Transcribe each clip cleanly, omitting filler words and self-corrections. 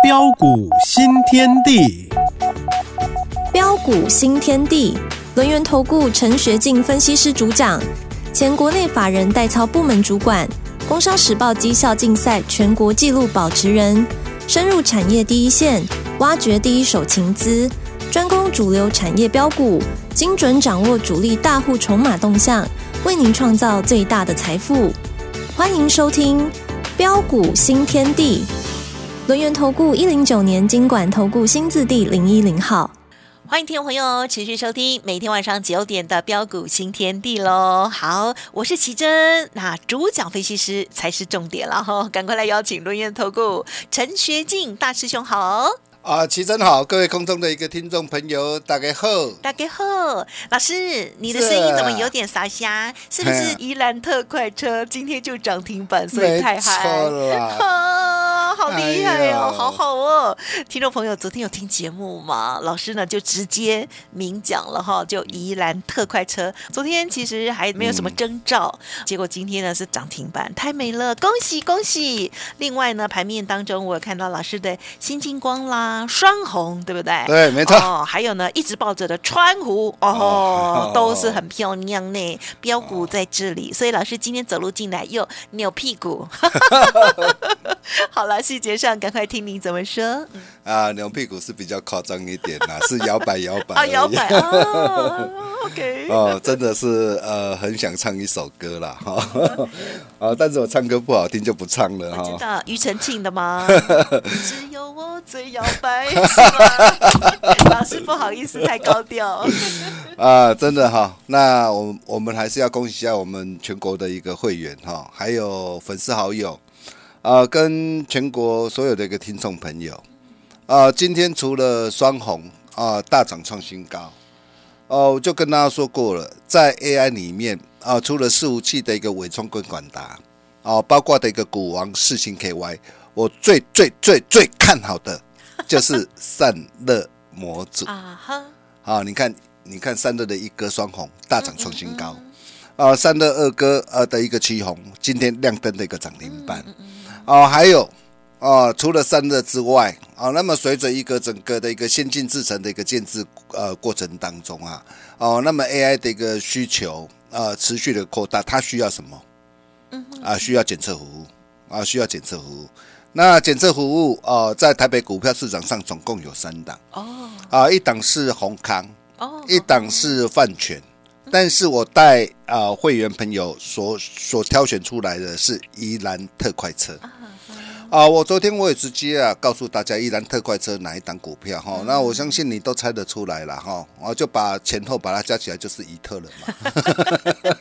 标股新天地， 标股新天地，轮源投顾陈学进分析师主讲，前国内法人代操部门主管，工商时报绩效竞赛全国纪录保持人，深入产业第一线，挖掘第一手情资，专攻主流产业标股，精准掌握主力大户筹码动向，为您创造最大的财富。欢迎收听标股新天地，轮源投顾109年金管投顾新字第010号。 欢迎听众朋友持续收听每天晚上9点的标股新天地咯。好，我是奇珍，那主讲分析师才是重点了哈，赶快来邀请轮源投顾陈学进大师兄好。 奇珍好，各位空中的一个听众朋友，大家好， 大家好。老师，你的声音怎么有点沙哑？是不是宜兰特快车今天就涨停板，所以太嗨？ 没错啦， 好厉害哦，好好哦。听众朋友，昨天有听节目吗？老师呢就直接明讲了哈，就宜兰特快车。昨天其实还没有什么征兆，结果今天呢是涨停板，太美了，恭喜恭喜！另外呢，盘面当中我有看到老师的新金光啦。双红对不对？ 对，没错。 还有呢，一直抱着的川湖都是很漂亮呢。标股在这里，所以老师今天走路进来又扭屁股。好了，细节上赶快听你怎么说。 扭屁股是比较夸张一点啦，是摇摆摇摆。 摇摆OK。 真的是很想唱一首歌啦但是我唱歌不好听就不唱了我知道庾澄庆的吗？只有我最摇摆，是吗？老师不好意思，太高调。 真的哈，那我们还是要恭喜一下我们全国的一个会员哈，还有粉丝好友跟全国所有的一个听众朋友今天除了双红大涨创新高我就跟大家说过了，在 AI 里面除了伺服器的一个伟创跟广达包括的一个股王世芯 KY， 我最看好的就是散热模组你看散热的一哥双红大涨创新高散热二哥的一个旗红今天亮灯的一个涨停板还有除了散热之外那么随着一个整个的一个先进制程的一个建制过程当中那么 AI 的一个需求持续的扩大，它需要什么需要检测服务需要检测服务。那检测服务在台北股票市场上总共有3档一档是宏康一档是泛全但是我带会员朋友所挑选出来的是宜兰特快车我昨天我也直接告诉大家宜兰特快车哪一档股票那我相信你都猜得出来了就把前后把它加起来就是宜特了嘛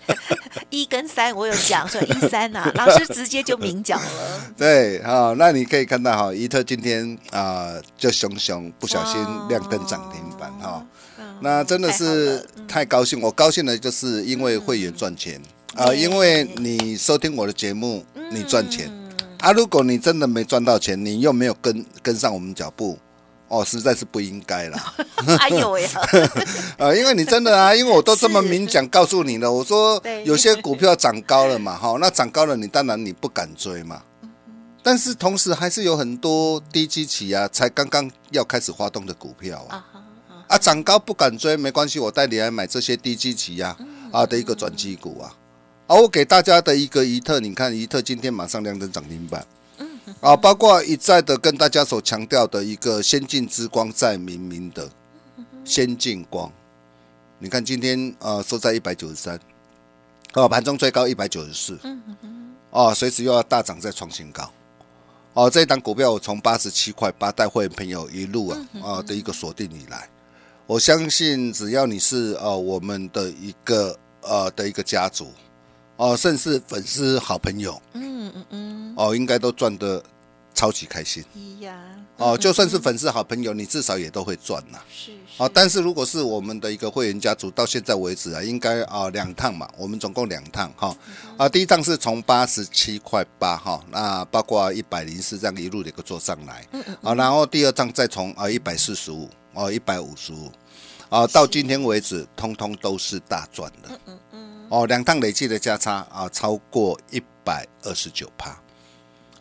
1跟3我有讲，所以1、3老师直接就明讲了。 对那你可以看到宜特今天就熊不小心亮灯涨停板那真的是太高兴，我高兴的就是因为会员赚钱因为你收听我的节目你赚钱如果你真的没赚到钱，你又没有跟上我们脚步实在是不应该啦哎呦呀因为你真的因为我都这么明讲告诉你了，我说有些股票涨高了嘛那涨高了你当然你不敢追嘛但是同时还是有很多低基期才刚刚要开始发动的股票涨高不敢追没关系，我带你来买这些低基期的一个转机股我给大家的一个宜特，你看宜特今天马上亮灯涨停板包括一再的跟大家所强调的一个先进之光在明的先进光，你看今天收在193盘中最高194随时又要大涨再创新高这一档股票我从87块8带会员朋友一路的一个锁定以来，我相信只要你是我们的一个家族甚至粉丝好朋友应该都赚得超级开心就算是粉丝好朋友你至少也都会赚但是如果是我们的一个会员家族到现在为止应该2趟嘛，我们总共2趟第一趟是从87块8那包括104这样一路的一个做上来然后第二趟再从145 155到今天为止通通都是大赚的2趟累计的价差超过129%。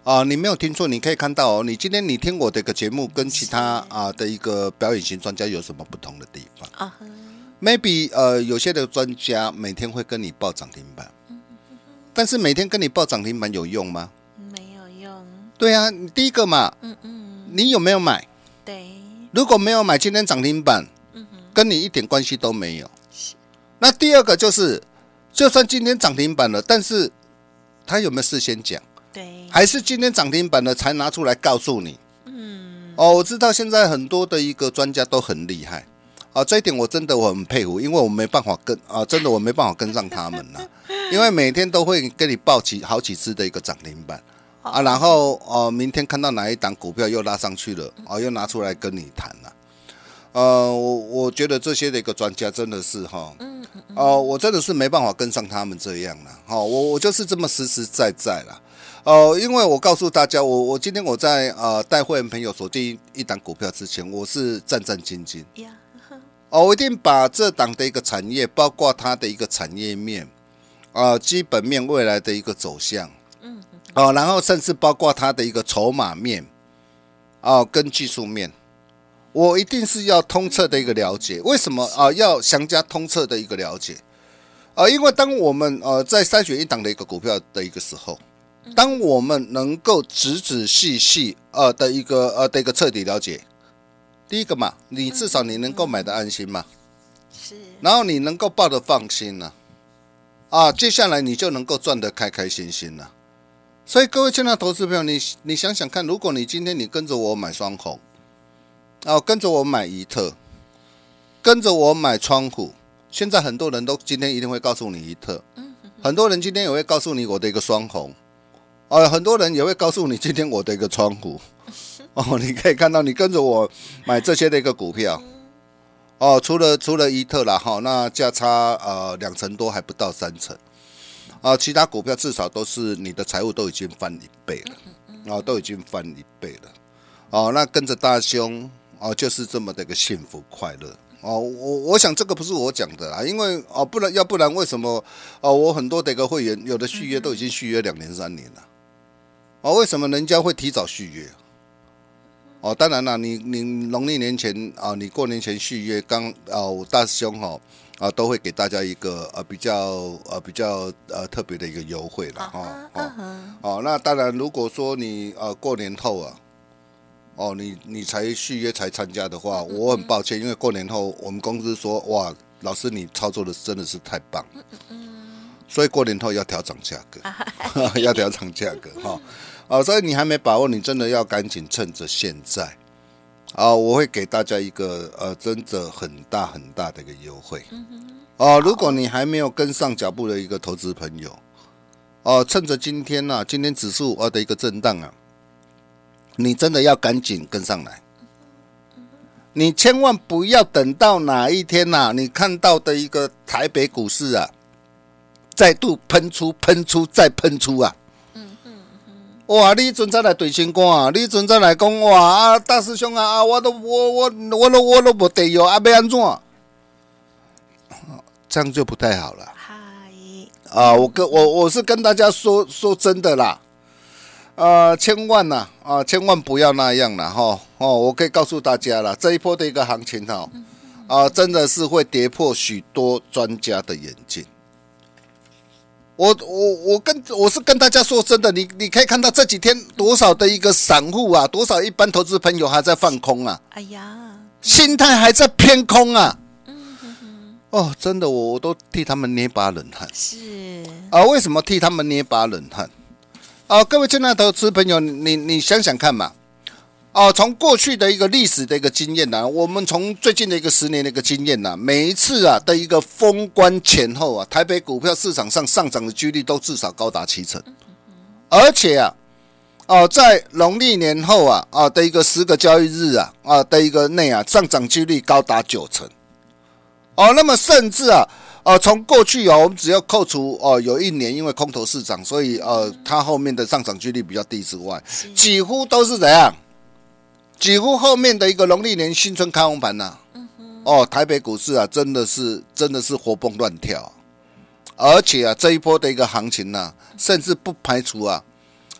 你没有听错，你可以看到哦，你今天你听我的一个节目，跟其他的一个表演型专家有什么不同的地方？maybe 有些的专家每天会跟你报涨停板，但是每天跟你报涨停板有用吗？ 没有用。 对啊，第一个嘛，你有没有买？ 对， 如果没有买，今天涨停板，跟你一点关系都没有。那第二个就是，就算今天涨停板了，但是他有没有事先讲？ 对， 还是今天涨停板了才拿出来告诉你？我知道现在很多的一个专家都很厉害。这一点我真的很佩服，因为我没办法真的我没办法跟上他们啦，因为每天都会跟你报好几次的一个涨停板然后明天看到哪一档股票又拉上去了又拿出来跟你谈了。我觉得这些的一个专家真的是我真的是没办法跟上他们这样啦。我就是这么实实在在啦。因为我告诉大家，我今天我在带会员朋友锁定一档股票之前，我是战战兢兢。我一定把这档的一个产业，包括它的一个产业面，基本面未来的一个走向，然后甚至包括它的一个筹码面，跟技术面，我一定是要通彻的一个了解。为什么要详加通彻的一个了解？因为当我们在筛选一档的一个股票的一个时候，当我们能够仔仔细细的一个彻底了解。第一个嘛，你至少你能够买的安心嘛， 是， 然后你能够抱得放心了，接下来你就能够赚得开开心心了。所以各位亲爱的投资朋友，你想想看，如果你今天你跟着我买双红，跟着我买怡特，跟着我买窗户，现在很多人都今天一定会告诉你怡特，很多人今天也会告诉你我的一个双红，很多人也会告诉你今天我的一个窗户。你可以看到，你跟着我买这些的一个股票，除了怡特啦，那价差2成多还不到3成，其他股票至少都是你的财务都已经翻1倍了，都已经翻1倍了，那跟着大兄就是这么的一个幸福快乐。我想这个不是我讲的啦，因为要不然为什么我很多的一个会员有的续约都已经续约2年3年了，为什么人家会提早续约？当然了，你农历年前你过年前续约，大师兄都会给大家一个比较特别的一个优惠了那当然，如果说你过年后你才续约才参加的话，我很抱歉，因为过年后我们公司说哇，老师你操作的真的是太棒了，所以过年后要调涨价格，要调涨价格所以你还没把握，你真的要赶紧趁着现在我会给大家一个真的很大很大的一个优惠如果你还没有跟上脚步的一个投资朋友趁着今天今天指数的一个震荡你真的要赶紧跟上来，你千万不要等到哪一天你看到的一个台北股市再度喷出再喷出哇！你阵再来对新歌你阵再来讲哇大师兄我都没地药要安怎？这样就不太好了。我是跟大家说真的啦，千万不要那样啦我可以告诉大家啦，这一波的一个行情真的是会跌破许多专家的眼镜。我是跟大家说真的，你可以看到这几天多少的一个散户多少一般投资朋友还在放空哎呀， 心态还在偏空真的我都替他们捏把冷汗。 是为什么替他们捏把冷汗？各位亲爱的投资朋友，你想想看嘛。从过去的一个历史的一个经验我们从最近的一个10年的一个经验每一次的一个封关前后台北股票市场上上涨的几率都至少高达7成，而且在农历年后的一个10个交易日的一个内上涨几率高达9成，那么甚至从过去我们只要扣除有1年因为空头市场，所以它后面的上涨几率比较低之外，几乎都是怎样？几乎后面的一个农历年新春开红盘台北股市真的是活蹦乱跳，而且这一波的一个行情甚至不排除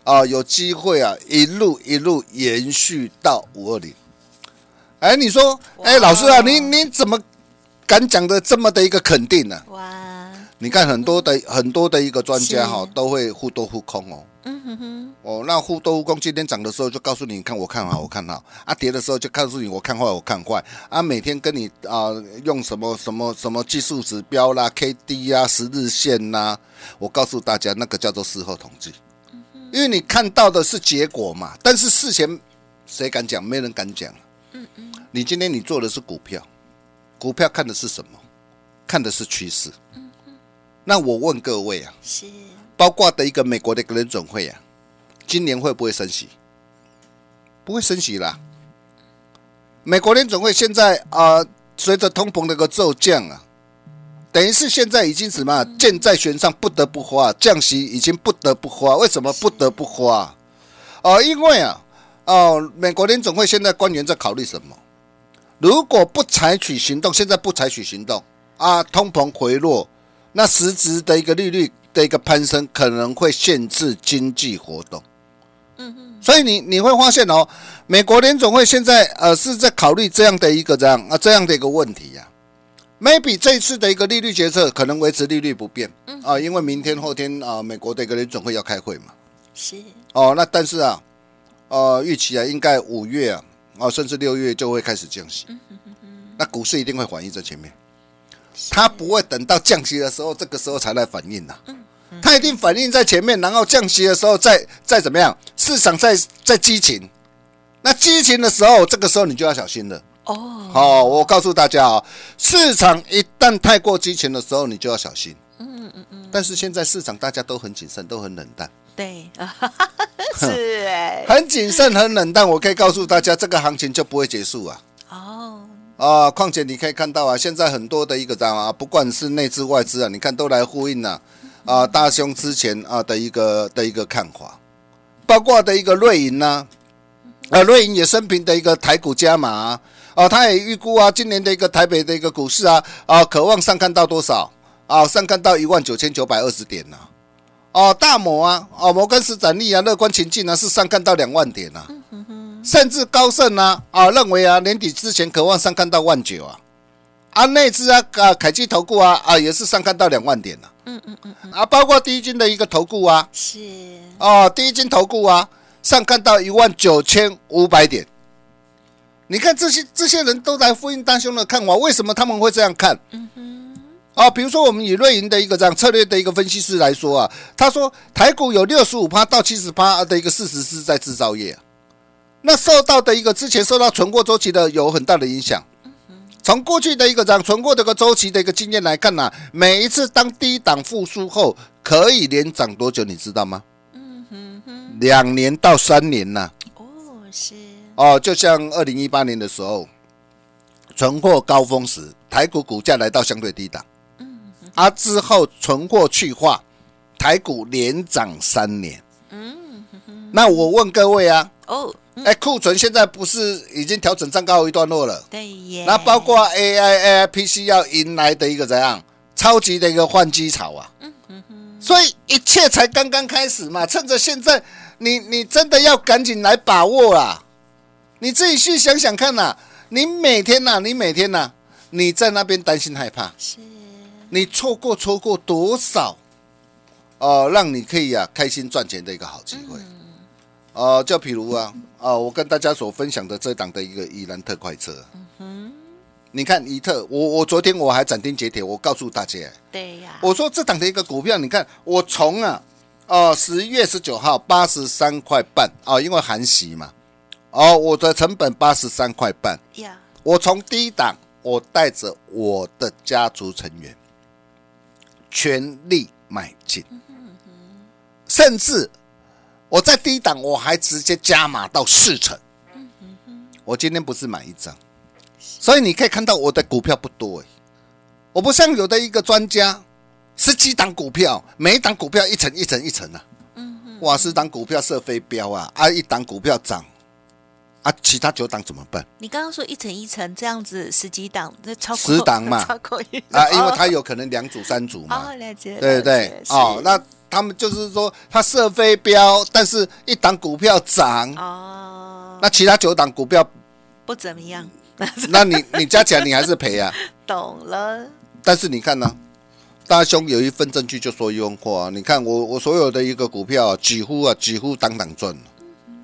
有机会啊，一路延续到520。你说，老师啊，你怎么敢讲的这么的一个肯定呢？ 哇， 你看很多的一个专家都会互多互空哦。那互多互空，今天涨的时候就告诉你看我看好，跌的时候就告诉你我看坏，每天跟你用什么技术指标啦、KD 啊、10日线啦，我告诉大家那个叫做事后统计，因为你看到的是结果嘛，但是事前谁敢讲？没人敢讲。你今天你做的是股票看的是什么？看的是趋势。那我问各位啊， 是包括的一个美国的一个联准会啊，今年会不会升息？不会升息啦。美国联准会现在随着通膨的一个骤降啊，等于是现在已经什么箭在弦上，不得不花，降息已经不得不花。为什么不得不花？因为美国联准会现在官员在考虑什么？如果不采取行动，现在不采取行动通膨回落，那实质的一个利率的一个攀升可能会限制经济活动。所以你会发现美国联准会现在是在考虑这样的一个这样的一个问题啊。maybe 这一次的一个利率决策可能维持利率不变因为明天后天美国的一个联准会要开会嘛。 是那但是预期应该5月甚至6月就会开始降息。那股市一定会反映在前面，它不会等到降息的时候，这个时候才来反应它一定反映在前面，然后降息的时候再怎么样，市场在激情，那激情的时候，这个时候你就要小心了。我告诉大家市场一旦太过激情的时候，你就要小心。但是现在市场大家都很谨慎，都很冷淡。 对，是很谨慎，很冷淡。我可以告诉大家，这个行情就不会结束况且你可以看到现在很多的一个不管是内资外资你看都来呼应大兄之前的一个看法，包括的一个瑞银瑞银也生平的一个台股加码他也预估今年的一个台北的一个股市渴望上看到多少上看到19920点大摩摩根士丹利乐观情境是上看到2万点甚至高盛认为年底之前渴望上看到19000内资凯基投顾也是上看到2万点包括第一金的一个投顾是第一金投顾上看到19500点。你看这些人都来呼应大兄的看法，为什么他们会这样看？比如说我们以瑞银的一个这样策略的一个分析师来说他说台股有 65% 到 70% 的一个事实是在制造业那受到的一个之前受到存货周期的有很大的影响。从过去的一个这样存货的一个周期的一个经验来看每一次当低档复苏后可以连涨多久你知道吗？2年到3年是就像2018年的时候存货高峰时台股股价来到相对低档之后存货去化台股连涨3年那我问各位库存现在不是已经调整站高一段落了？ 对耶。 那包括 AI、PC 要迎来的一个怎样超级的一个换机潮所以一切才刚刚开始嘛，趁着现在你真的要赶紧来把握你自己去想想看你每天你在那边担心害怕， 是你错过多少让你可以开心赚钱的一个好机会就比如我跟大家所分享的这档的一个宜兰特快车你看宜特我昨天我还斩钉截铁我告诉大家对呀我说这档的一个股票你看我从10月19号83块半因为含息嘛我的成本83块半我从低档我带着我的家族成员全力买进甚至我在低档我还直接加码到4成我今天不是买1张所以你可以看到我的股票不多我不像有的一个专家10几档股票每一档股票一层哇10档股票射飞镖一档股票涨其他9档怎么办？ 你刚刚说一层这样子10几档，这超过 10档嘛， 超过因为它有可能2组3组嘛， 了解， 对不对？那他们就是说他射飞镖，但是一档股票涨，那其他9档股票不怎么样， 那你加起来你还是赔啊。 懂了。但是你看呢、大兄有一份证据就说一句话，你看我所有的一个股票几乎档赚了。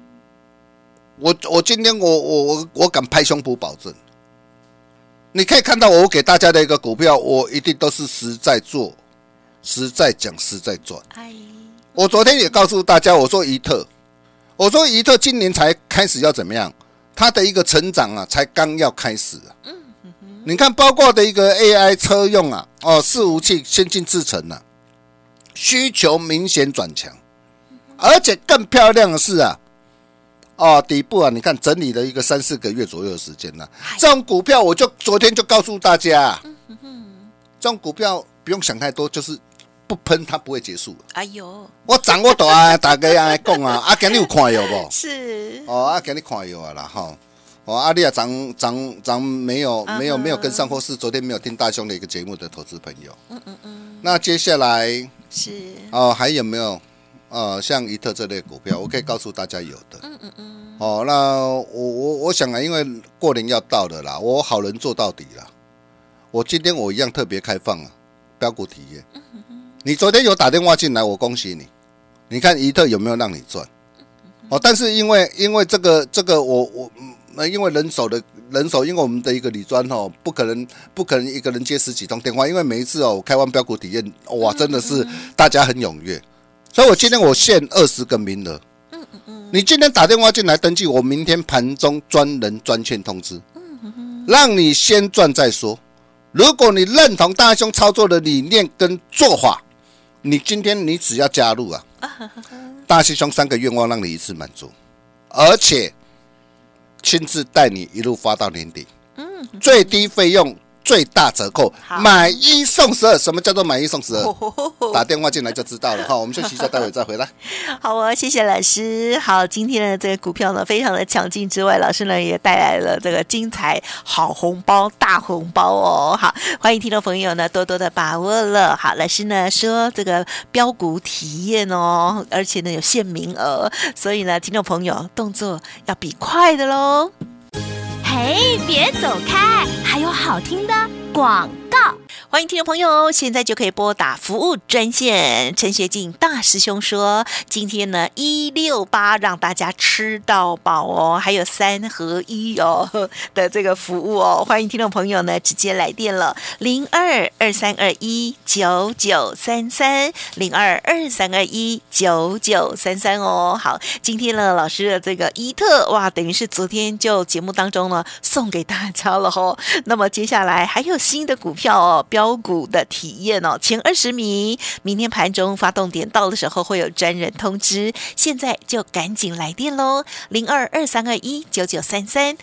我今天我敢拍胸脯保证，你可以看到我给大家的一个股票，我一定都是实在做、实在讲、实在赚。我昨天也告诉大家，我说怡特今年才开始要怎么样，它的一个成长才刚要开始你看，包括的一个 AI 车用伺服器、先进制程需求明显转强，而且更漂亮的是底部你看整理了一个3-4个月左右的时间这种股票我就昨天就告诉大家这种股票不用想太多，就是不喷它不会结束。我掌握到大家来讲今日有看有不？ 是今日看有啦你也涨没有跟上，或是昨天没有听大兄的一个节目的投资朋友，那接下来是还有没有？像怡特这类股票，我可以告诉大家有的。那我想因为过年要到了啦，我好人做到底啦。我今天我一样特别开放标股体验。你昨天有打电话进来，我恭喜你。你看怡特有没有让你赚？但是因为这个因为人手，因为我们的一个理专不可能一个人接10几通电话，因为每一次我开完标股体验，哇，真的是大家很踊跃。所以我今天我限20个名额，你今天打电话进来登记，我明天盘中专人专线通知，让你先赚再说。如果你认同大兄操作的理念跟做法，你今天你只要加入大师兄3个愿望让你一次满足，而且亲自带你一路发到年底，最低费用最大折扣，买1送12。什么叫做买1送12？打电话进来就知道了。好，我们休息一下，待会再回来。 好谢谢老师。好，今天的这个股票呢，非常的强劲之外，老师呢也带来了这个精彩好红包、大红包好，欢迎听众朋友呢多多的把握了。好，老师呢说这个标股体验而且呢有限名额，所以呢听众朋友动作要比快的喽。 嘿，别走开，还有好听的广告。 欢迎听众朋友，现在就可以拨打服务专线。陈学进大师兄说，今天呢168让大家吃到饱还有3合1的这个服务欢迎听众朋友呢直接来电了0223219933 0223219933好，今天呢老师的这个怡特哇，等于是昨天就节目当中呢送给大家了那么接下来还有新的股票标股的体验前20名，明天盘中发动点到的时候会有专人通知，现在就赶紧来电咯0223219933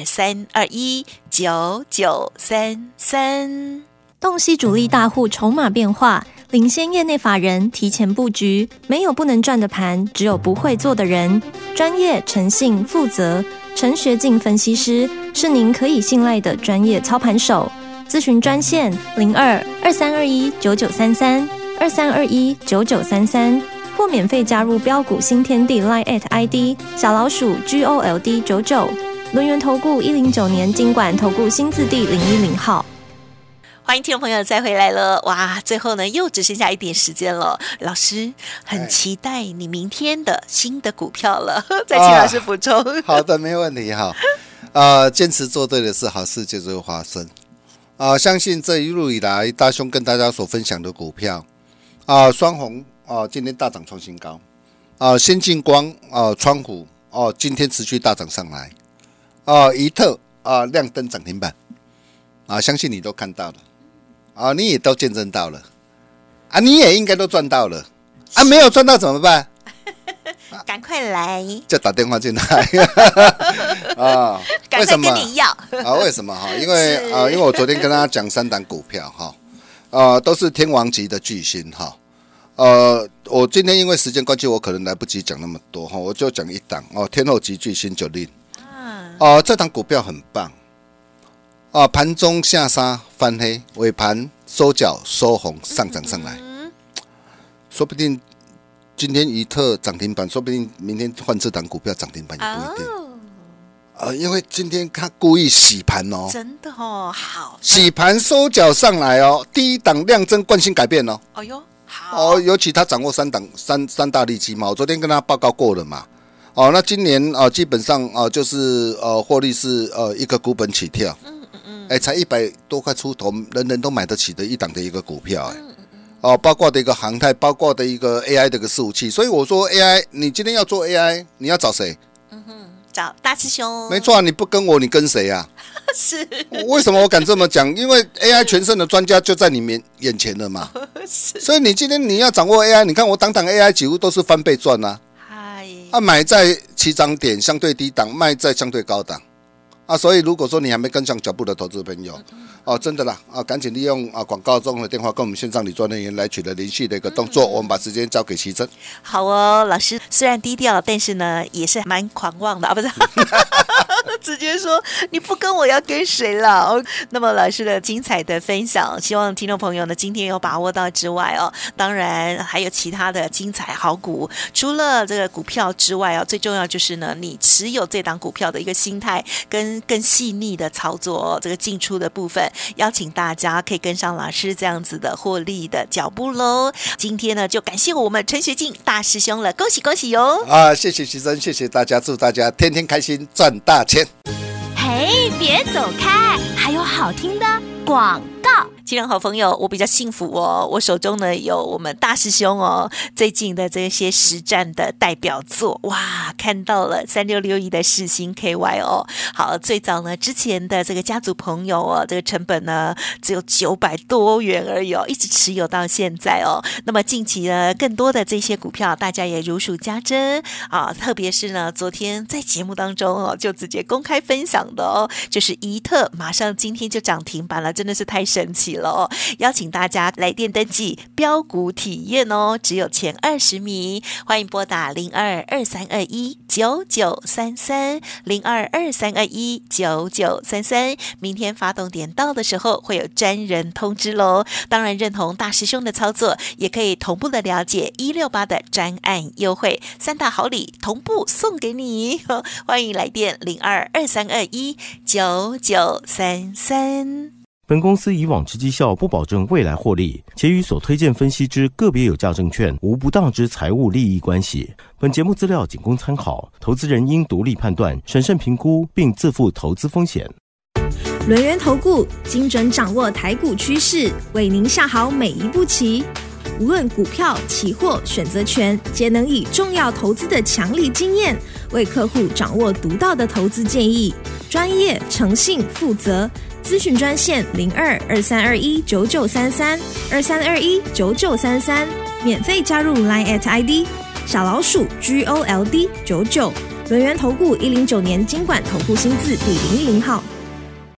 23219933。 洞悉主力大户筹码变化，领先业内法人提前布局，没有不能赚的盘，只有不会做的人。专业、诚信、负责，陈学进分析师是您可以信赖的专业操盘手。咨询专线0223219933 23219933，或免费加入标股新天地 LINE@ ID 小老鼠 GOLD99，轮源投顾109年金管投顾新字第010号。 欢迎听众朋友再回来了，哇！最后呢又只剩下一点时间了，老师很期待你明天的新的股票了，再请老师补充。 好的，没问题坚持做对的事，好事就会发生。相信这一路以来，大兄跟大家所分享的股票双红今天大涨创新高先进光川湖今天持续大涨上来怡特亮灯涨停板相信你都看到了你也都见证到了你也应该都赚到了没有赚到怎么办？ 赶快来， 就打电话进来赶快跟你要为什么因为我昨天跟大家讲3档股票都是天王级的巨星我今天因为时间关系，我可能来不及讲那么多我就讲一档天后级巨星9令这档股票很棒盘中下杀翻黑，尾盘收脚收红上涨上来，说不定今天怡特涨停板，说不定明天换这档股票涨停板也不一定。因为今天他故意洗盘哦， 真的哦，好， 洗盘收脚上来哦，第一档量增惯性改变哦。 哎呦，好哦，尤其他掌握三大利基嘛，我昨天跟他报告过了嘛。哦，那今年基本上就是获利是一个股本起跳，才100多块出头，人人都买得起的一档的一个股票，包括的一个航太，包括的一个 AI 的一个伺服器，所以我说 AI， 你今天要做 AI， 你要找谁？ 找大师兄。 没错啊，你不跟我，你跟谁啊？ 是。 为什么我敢这么讲？因为 AI 全胜的专家就在你眼前了嘛。所以你今天你要掌握 AI， 你看我档 AI 几乎都是翻倍赚啊。买在起涨点相对低档，卖在相对高档。所以如果说你还没跟上脚步的投资朋友，真的啦，赶紧利用广告中的电话跟我们线上理专人员来取得联系的一个动作。我们把时间交给奇珍。 好哦，老师虽然低调，但是呢也是蛮狂妄的不是？直接说你不跟我要跟谁了？那么老师的精彩的分享，希望听众朋友呢今天有把握到之外当然还有其他的精彩好股。除了这个股票之外最重要就是呢，你持有这档股票的一个心态跟更细腻的操作这个进出的部分，邀请大家可以跟上老师这样子的获利的脚步喽。今天呢就感谢我们陈学进大师兄了，恭喜恭喜哟！ 谢谢徐生，谢谢大家，祝大家天天开心，赚大钱。 嘿，别走开，还有好听的广告。 亲人好朋友，我比较幸福我手中呢有我们大师兄最近的这些实战的代表作，哇，看到了3661的世新 KY 好，最早呢之前的这个家族朋友这个成本呢只有900多元而已一直持有到现在那么近期呢更多的这些股票大家也如数家珍特别是呢昨天在节目当中就直接公开分享的就是怡特马上今天就涨停板了，真的是太神奇了邀请大家来电登记标股体验只有前20名，欢迎拨打0223219933 0223219933，明天发动点到的时候会有专人通知咯。当然认同大师兄的操作，也可以同步的了解168的专案优惠，3大好礼同步送给你，欢迎来电0223219933。 本公司以往之绩效不保证未来获利，且与所推荐分析之个别有价证券无不当之财务利益关系。本节目资料仅供参考，投资人应独立判断、审慎评估，并自负投资风险。 轮源投顾精准掌握台股趋势，为您下好每一步棋。无论股票、期货、选择权，皆能以重要投资的强力经验，为客户掌握独到的投资建议，专业、诚信、负责。咨询专线0223219933 23219933，免费加入 Line @ID 小老鼠 GOLD99，轮源投顾109年金管投顾新字第010号。